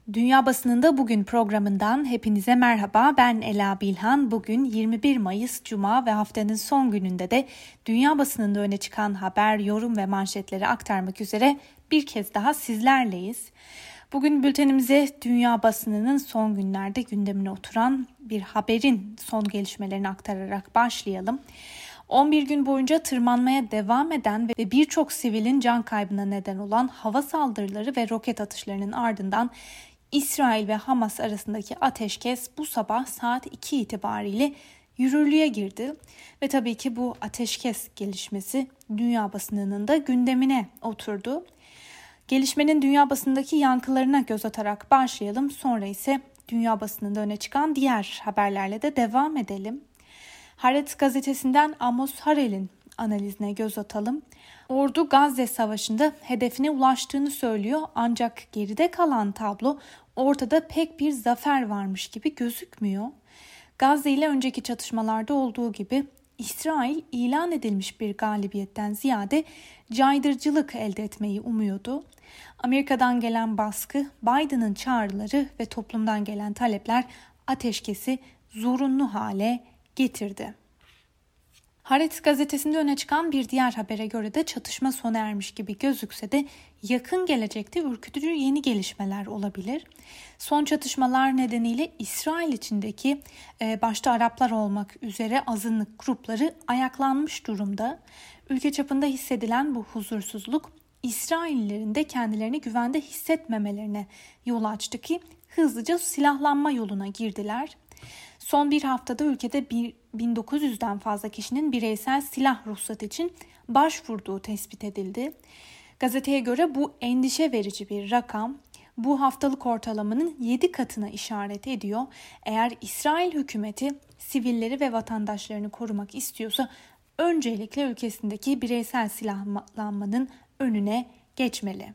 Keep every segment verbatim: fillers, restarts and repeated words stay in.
Dünya Basınında Bugün programından hepinize merhaba. Ben Ela Bilhan. Bugün yirmi bir Mayıs Cuma ve haftanın son gününde de dünya basınında öne çıkan haber, yorum ve manşetleri aktarmak üzere bir kez daha sizlerleyiz. Bugün bültenimize dünya basınının son günlerde gündemine oturan bir haberin son gelişmelerini aktararak başlayalım. on bir gün boyunca tırmanmaya devam eden ve birçok sivilin can kaybına neden olan hava saldırıları ve roket atışlarının ardından İsrail ve Hamas arasındaki ateşkes bu sabah saat iki itibariyle yürürlüğe girdi. Ve tabii ki bu ateşkes gelişmesi dünya basınının da gündemine oturdu. Gelişmenin dünya basınındaki yankılarına göz atarak başlayalım. Sonra ise dünya basınında öne çıkan diğer haberlerle de devam edelim. Haaretz gazetesinden Amos Harel'in analizine göz atalım. Ordu Gazze Savaşı'nda hedefine ulaştığını söylüyor ancak geride kalan tablo ortada pek bir zafer varmış gibi gözükmüyor. Gazze ile önceki çatışmalarda olduğu gibi İsrail ilan edilmiş bir galibiyetten ziyade caydırıcılık elde etmeyi umuyordu. Amerika'dan gelen baskı, Biden'ın çağrıları ve toplumdan gelen talepler ateşkesi zorunlu hale getirdi. Haaretz gazetesinde öne çıkan bir diğer habere göre de çatışma sona ermiş gibi gözükse de yakın gelecekte ürkütücü yeni gelişmeler olabilir. Son çatışmalar nedeniyle İsrail içindeki başta Araplar olmak üzere azınlık grupları ayaklanmış durumda. Ülke çapında hissedilen bu huzursuzluk İsraillilerin de kendilerini güvende hissetmemelerine yol açtı ki hızlıca silahlanma yoluna girdiler. Son bir haftada ülkede bin dokuz yüzden fazla kişinin bireysel silah ruhsatı için başvurduğu tespit edildi. Gazeteye göre bu endişe verici bir rakam. Bu haftalık ortalamanın yedi katına işaret ediyor. Eğer İsrail hükümeti sivilleri ve vatandaşlarını korumak istiyorsa öncelikle ülkesindeki bireysel silahlanmanın önüne geçmeli.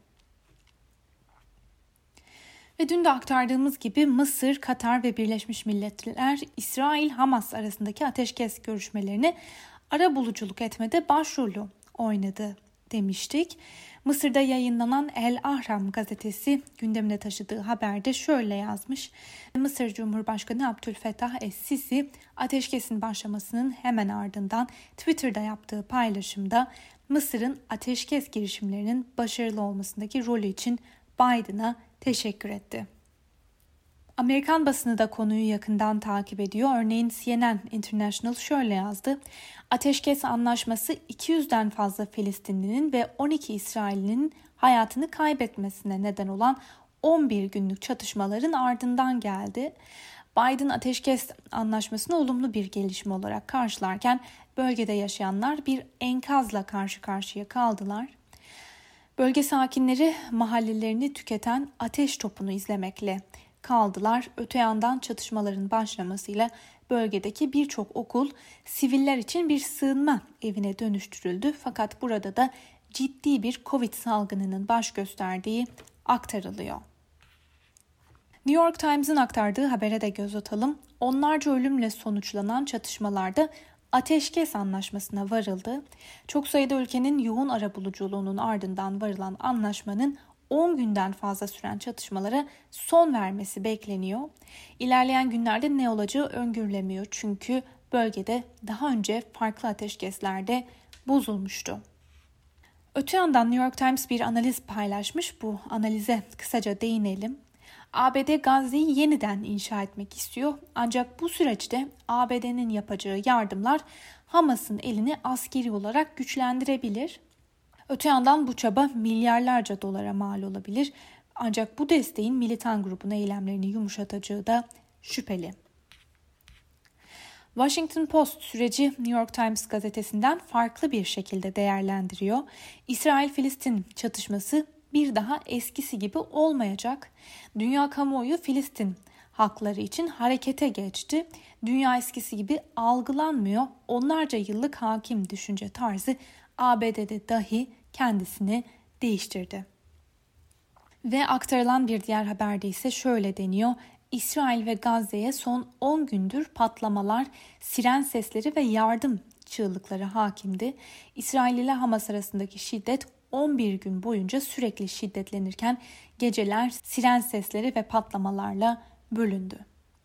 Ve dün de aktardığımız gibi Mısır, Katar ve Birleşmiş Milletler İsrail-Hamas arasındaki ateşkes görüşmelerine arabuluculuk etmede başrolü oynadı demiştik. Mısır'da yayınlanan El Ahram gazetesi gündemine taşıdığı haberde şöyle yazmış. Mısır Cumhurbaşkanı Abdülfettah Es-Sisi ateşkesin başlamasının hemen ardından Twitter'da yaptığı paylaşımda Mısır'ın ateşkes girişimlerinin başarılı olmasındaki rolü için Biden'a teşekkür etti. Amerikan basını da konuyu yakından takip ediyor. Örneğin C N N International şöyle yazdı. Ateşkes anlaşması iki yüzden fazla Filistinlinin ve on iki İsrailli'nin hayatını kaybetmesine neden olan on bir günlük çatışmaların ardından geldi. Biden ateşkes anlaşmasını olumlu bir gelişme olarak karşılarken bölgede yaşayanlar bir enkazla karşı karşıya kaldılar. Bölge sakinleri mahallelerini tüketen ateş topunu izlemekle kaldılar. Öte yandan çatışmaların başlamasıyla bölgedeki birçok okul siviller için bir sığınma evine dönüştürüldü. Fakat burada da ciddi bir Covid salgınının baş gösterdiği aktarılıyor. New York Times'ın aktardığı habere de göz atalım. Onlarca ölümle sonuçlanan çatışmalarda ateşkes anlaşmasına varıldı. Çok sayıda ülkenin yoğun arabuluculuğunun ardından varılan anlaşmanın on günden fazla süren çatışmalara son vermesi bekleniyor. İlerleyen günlerde ne olacağı öngörülemiyor çünkü bölgede daha önce farklı ateşkeslerde bozulmuştu. Öte yandan New York Times bir analiz paylaşmış. Bu analize kısaca değinelim. A B D Gazze'yi yeniden inşa etmek istiyor. Ancak bu süreçte A B D'nin yapacağı yardımlar Hamas'ın elini askeri olarak güçlendirebilir. Öte yandan bu çaba milyarlarca dolara mal olabilir. Ancak bu desteğin militan grubun eylemlerini yumuşatacağı da şüpheli. Washington Post süreci New York Times gazetesinden farklı bir şekilde değerlendiriyor. İsrail-Filistin çatışması bir daha eskisi gibi olmayacak. Dünya kamuoyu Filistin hakları için harekete geçti. Dünya eskisi gibi algılanmıyor. Onlarca yıllık hakim düşünce tarzı A B D'de dahi kendisini değiştirdi. Ve aktarılan bir diğer haberde ise şöyle deniyor. İsrail ve Gazze'ye son on gündür patlamalar, siren sesleri ve yardım çığlıkları hakimdi. İsrail ile Hamas arasındaki şiddet on bir gün boyunca sürekli şiddetlenirken geceler siren sesleri ve patlamalarla bölündü.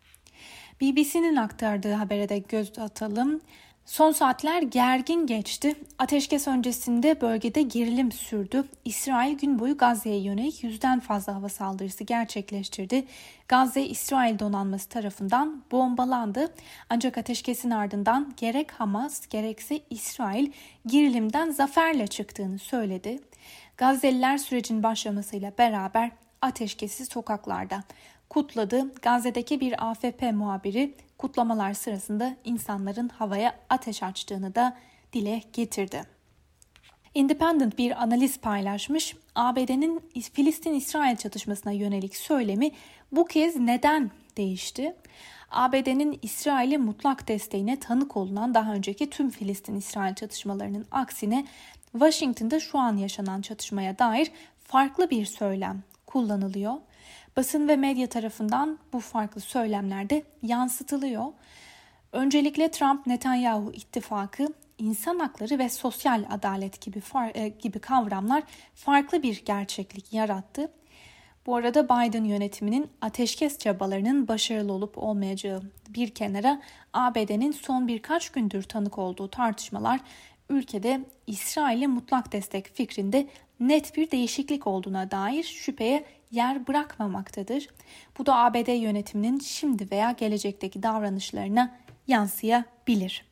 B B C'nin aktardığı habere de göz atalım. Son saatler gergin geçti. Ateşkes öncesinde bölgede gerilim sürdü. İsrail gün boyu Gazze'ye yönelik yüzden fazla hava saldırısı gerçekleştirdi. Gazze, İsrail donanması tarafından bombalandı. Ancak ateşkesin ardından gerek Hamas gerekse İsrail gerilimden zaferle çıktığını söyledi. Gazze'liler sürecin başlamasıyla beraber ateşkesi sokaklarda kutladı. Gazze'deki bir A F P muhabiri kutlamalar sırasında insanların havaya ateş açtığını da dile getirdi. Independent bir analiz paylaşmış. A B D'nin Filistin-İsrail çatışmasına yönelik söylemi bu kez neden değişti? A B D'nin İsrail'e mutlak desteğine tanık olunan daha önceki tüm Filistin-İsrail çatışmalarının aksine Washington'da şu an yaşanan çatışmaya dair farklı bir söylem kullanılıyor. Basın ve medya tarafından bu farklı söylemler de yansıtılıyor. Öncelikle Trump-Netanyahu ittifakı insan hakları ve sosyal adalet gibi far, e, gibi kavramlar farklı bir gerçeklik yarattı. Bu arada Biden yönetiminin ateşkes çabalarının başarılı olup olmayacağı bir kenara, A B D'nin son birkaç gündür tanık olduğu tartışmalar ülkede İsrail'e mutlak destek fikrinde net bir değişiklik olduğuna dair şüpheye yer bırakmamaktadır. Bu da A B D yönetiminin şimdi veya gelecekteki davranışlarına yansıyabilir.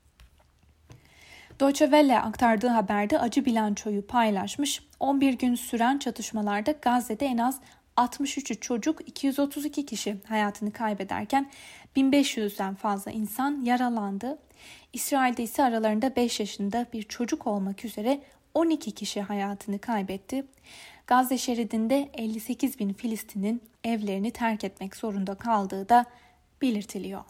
Deutsche Welle aktardığı haberde acı bilançoyu paylaşmış. on bir gün süren çatışmalarda Gazze'de en az altmış üç çocuk, iki yüz otuz iki kişi hayatını kaybederken bin beş yüzden fazla insan yaralandı. İsrail'de ise aralarında beş yaşında bir çocuk olmak üzere on iki kişi hayatını kaybetti. Gazze şeridinde elli sekiz bin Filistin'in evlerini terk etmek zorunda kaldığı da belirtiliyor.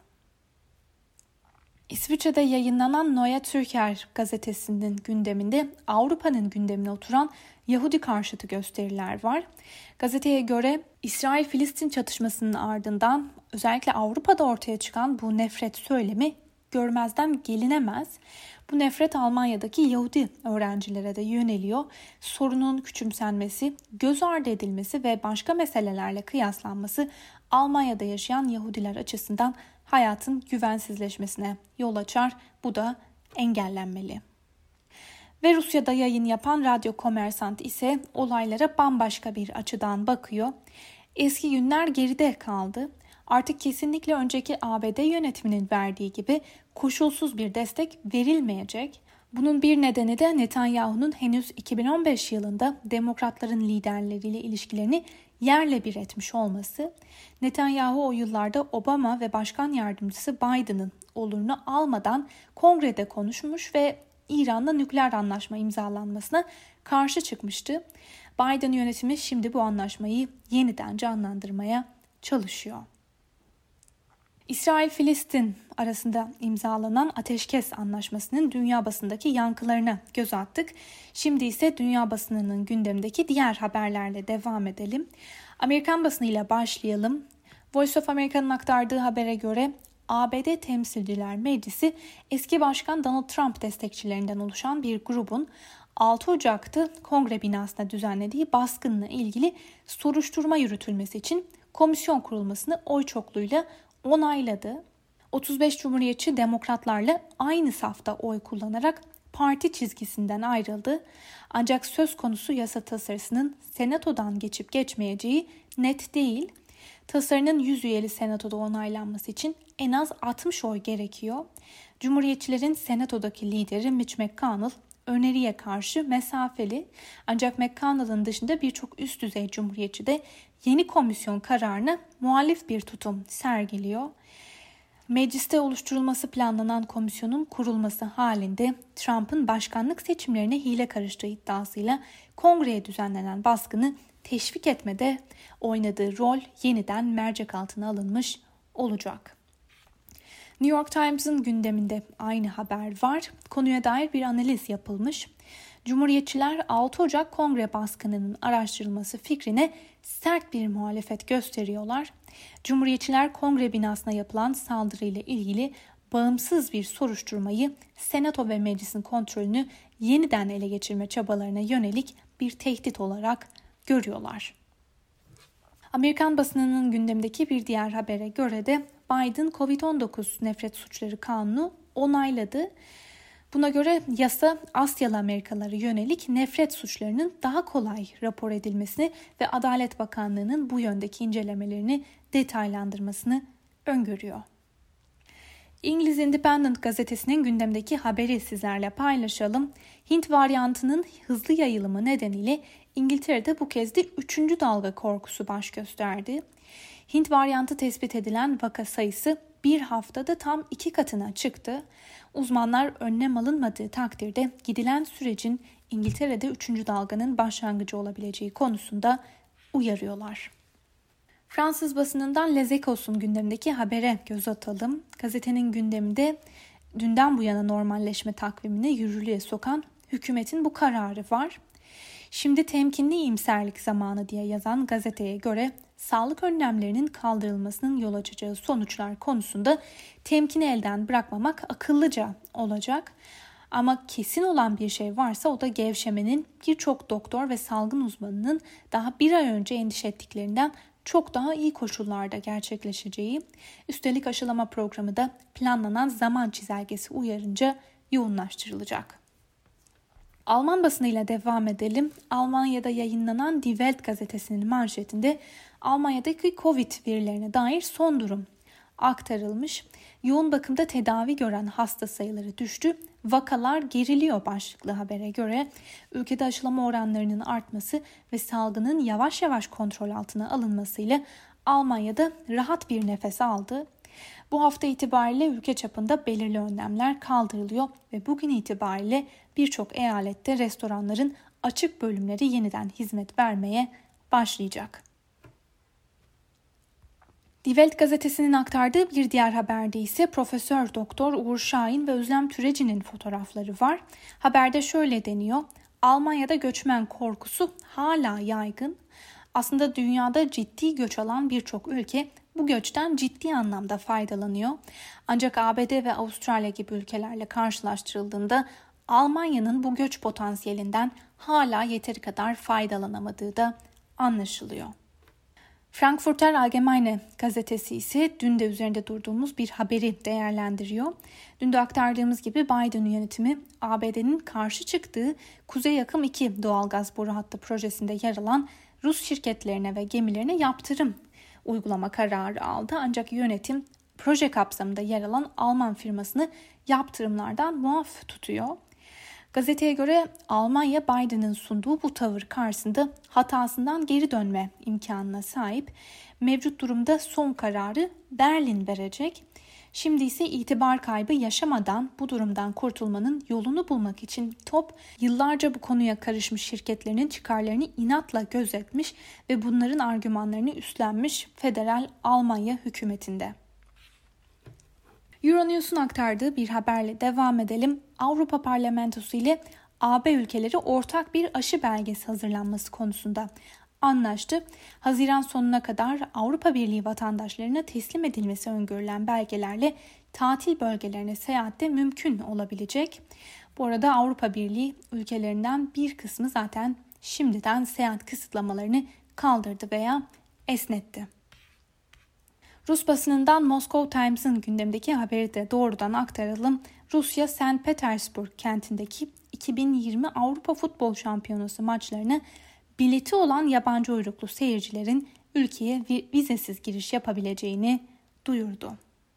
İsviçre'de yayınlanan Neue Türker gazetesinin gündeminde Avrupa'nın gündemine oturan Yahudi karşıtı gösteriler var. Gazeteye göre İsrail-Filistin çatışmasının ardından özellikle Avrupa'da ortaya çıkan bu nefret söylemi görmezden gelinemez. Bu nefret Almanya'daki Yahudi öğrencilere de yöneliyor. Sorunun küçümsenmesi, göz ardı edilmesi ve başka meselelerle kıyaslanması Almanya'da yaşayan Yahudiler açısından hayatın güvensizleşmesine yol açar. Bu da engellenmeli. Ve Rusya'da yayın yapan Radyo Kommersant ise olaylara bambaşka bir açıdan bakıyor. Eski günler geride kaldı. Artık kesinlikle önceki A B D yönetiminin verdiği gibi koşulsuz bir destek verilmeyecek. Bunun bir nedeni de Netanyahu'nun henüz iki bin on beş yılında demokratların liderleriyle ilişkilerini yerle bir etmiş olması. Netanyahu o yıllarda Obama ve başkan yardımcısı Biden'ın olurunu almadan kongrede konuşmuş ve İran'la nükleer anlaşma imzalanmasına karşı çıkmıştı. Biden yönetimi şimdi bu anlaşmayı yeniden canlandırmaya çalışıyor. İsrail-Filistin arasında imzalanan ateşkes anlaşmasının dünya basındaki yankılarına göz attık. Şimdi ise dünya basınının gündemindeki diğer haberlerle devam edelim. Amerikan basınıyla başlayalım. Voice of America'nın aktardığı habere göre A B D Temsilciler Meclisi eski başkan Donald Trump destekçilerinden oluşan bir grubun altı Ocak'ta kongre binasına düzenlediği baskınla ilgili soruşturma yürütülmesi için komisyon kurulmasını oy çokluğuyla onayladı. otuz beş Cumhuriyetçi demokratlarla aynı safta oy kullanarak parti çizgisinden ayrıldı. Ancak söz konusu yasa tasarısının senatodan geçip geçmeyeceği net değil. Tasarının yüz üyeli senatoda onaylanması için en az altmış oy gerekiyor. Cumhuriyetçilerin senatodaki lideri Mitch McConnell öneriye karşı mesafeli, ancak McConnell'ın dışında birçok üst düzey cumhuriyetçi de yeni komisyon kararına muhalif bir tutum sergiliyor. Mecliste oluşturulması planlanan komisyonun kurulması halinde Trump'ın başkanlık seçimlerine hile karıştığı iddiasıyla kongreye düzenlenen baskını teşvik etmede oynadığı rol yeniden mercek altına alınmış olacak. New York Times'ın gündeminde aynı haber var. Konuya dair bir analiz yapılmış. Cumhuriyetçiler altı Ocak Kongre baskınının araştırılması fikrine sert bir muhalefet gösteriyorlar. Cumhuriyetçiler Kongre binasına yapılan saldırıyla ilgili bağımsız bir soruşturmayı, Senato ve Meclisin kontrolünü yeniden ele geçirme çabalarına yönelik bir tehdit olarak görüyorlar. Amerikan basınının gündemdeki bir diğer habere göre de Biden kovid on dokuz nefret suçları kanunu onayladı. Buna göre yasa Asyalı Amerikalılara yönelik nefret suçlarının daha kolay rapor edilmesini ve Adalet Bakanlığı'nın bu yöndeki incelemelerini detaylandırmasını öngörüyor. İngiliz Independent gazetesinin gündemdeki haberi sizlerle paylaşalım. Hint varyantının hızlı yayılımı nedeniyle İngiltere'de bu kez de üçüncü dalga korkusu baş gösterdi. Hint varyantı tespit edilen vaka sayısı bir haftada tam iki katına çıktı. Uzmanlar önlem alınmadığı takdirde gidilen sürecin İngiltere'de üçüncü dalganın başlangıcı olabileceği konusunda uyarıyorlar. Fransız basınından Les Echos'un gündemindeki habere göz atalım. Gazetenin gündeminde dünden bu yana normalleşme takvimini yürürlüğe sokan hükümetin bu kararı var. Şimdi temkinli iyimserlik zamanı diye yazan gazeteye göre sağlık önlemlerinin kaldırılmasının yol açacağı sonuçlar konusunda temkini elden bırakmamak akıllıca olacak. Ama kesin olan bir şey varsa o da gevşemenin birçok doktor ve salgın uzmanının daha bir ay önce endişe ettiklerinden çok daha iyi koşullarda gerçekleşeceği. Üstelik aşılama programı da planlanan zaman çizelgesi uyarınca yoğunlaştırılacak. Alman basınıyla devam edelim. Almanya'da yayınlanan Die Welt gazetesinin manşetinde Almanya'daki Covid verilerine dair son durum aktarılmış. Yoğun bakımda tedavi gören hasta sayıları düştü. Vakalar geriliyor başlıklı habere göre. Ülkede aşılama oranlarının artması ve salgının yavaş yavaş kontrol altına alınmasıyla Almanya'da rahat bir nefes aldı. Bu hafta itibariyle ülke çapında belirli önlemler kaldırılıyor ve bugün itibariyle birçok eyalette restoranların açık bölümleri yeniden hizmet vermeye başlayacak. Die Welt gazetesinin aktardığı bir diğer haberde ise Profesör Doktor Uğur Şahin ve Özlem Türeci'nin fotoğrafları var. Haberde şöyle deniyor: Almanya'da göçmen korkusu hala yaygın. Aslında dünyada ciddi göç alan birçok ülke bu göçten ciddi anlamda faydalanıyor. Ancak A B D ve Avustralya gibi ülkelerle karşılaştırıldığında Almanya'nın bu göç potansiyelinden hala yeteri kadar faydalanamadığı da anlaşılıyor. Frankfurter Allgemeine gazetesi ise dün de üzerinde durduğumuz bir haberi değerlendiriyor. Dün de aktardığımız gibi Biden yönetimi A B D'nin karşı çıktığı Kuzey Akım iki doğalgaz boru hattı projesinde yer alan Rus şirketlerine ve gemilerine yaptırım uygulama kararı aldı. Ancak yönetim proje kapsamında yer alan Alman firmasını yaptırımlardan muaf tutuyor. Gazeteye göre Almanya Biden'ın sunduğu bu tavır karşısında hatasından geri dönme imkanına sahip. Mevcut durumda son kararı Berlin verecek. Şimdi ise itibar kaybı yaşamadan bu durumdan kurtulmanın yolunu bulmak için top yıllarca bu konuya karışmış şirketlerinin çıkarlarını inatla gözetmiş ve bunların argümanlarını üstlenmiş federal Almanya hükümetinde. Euronews'un aktardığı bir haberle devam edelim. Avrupa Parlamentosu ile A B ülkeleri ortak bir aşı belgesi hazırlanması konusunda anlaştı. Haziran sonuna kadar Avrupa Birliği vatandaşlarına teslim edilmesi öngörülen belgelerle tatil bölgelerine seyahatte mümkün olabilecek. Bu arada Avrupa Birliği ülkelerinden bir kısmı zaten şimdiden seyahat kısıtlamalarını kaldırdı veya esnetti. Rus basınından Moscow Times'ın gündemdeki haberi de doğrudan aktaralım. Rusya, Saint Petersburg kentindeki iki bin yirmi Avrupa Futbol Şampiyonası maçlarına bileti olan yabancı uyruklu seyircilerin ülkeye vizesiz giriş yapabileceğini duyurdu.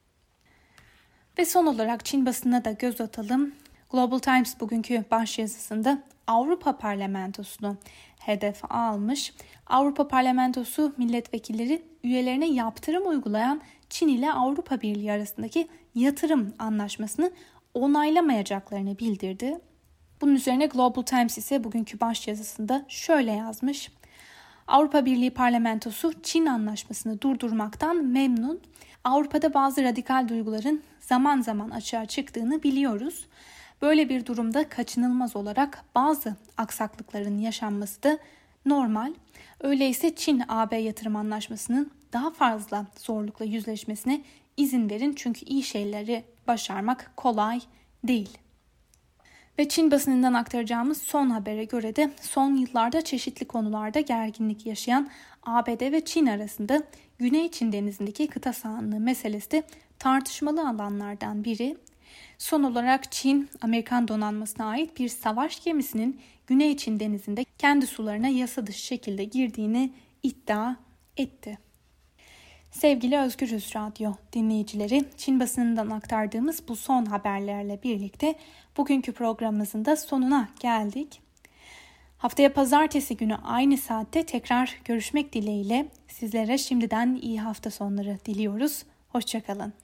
Ve son olarak Çin basınına da göz atalım. Global Times bugünkü başyazısında Avrupa Parlamentosu'nu hedef almış. Avrupa Parlamentosu milletvekilleri üyelerine yaptırım uygulayan Çin ile Avrupa Birliği arasındaki yatırım anlaşmasını onaylamayacaklarını bildirdi. Bunun üzerine Global Times ise bugünkü başyazısında şöyle yazmış: Avrupa Birliği Parlamentosu Çin anlaşmasını durdurmaktan memnun. Avrupa'da bazı radikal duyguların zaman zaman açığa çıktığını biliyoruz. Böyle bir durumda kaçınılmaz olarak bazı aksaklıkların yaşanması da normal. Öyleyse Çin-A B yatırım anlaşmasının daha fazla zorlukla yüzleşmesine izin verin, çünkü iyi şeyleri başarmak kolay değil. Ve Çin basınından aktaracağımız son habere göre de son yıllarda çeşitli konularda gerginlik yaşayan A B D ve Çin arasında Güney Çin Denizi'ndeki kıta sahanlığı meselesi de tartışmalı alanlardan biri. Son olarak Çin, Amerikan donanmasına ait bir savaş gemisinin Güney Çin Denizi'nde kendi sularına yasa dışı şekilde girdiğini iddia etti. Sevgili Özgürüz Radyo dinleyicileri, Çin basınından aktardığımız bu son haberlerle birlikte bugünkü programımızın da sonuna geldik. Haftaya pazartesi günü aynı saatte tekrar görüşmek dileğiyle sizlere şimdiden iyi hafta sonları diliyoruz. Hoşça kalın.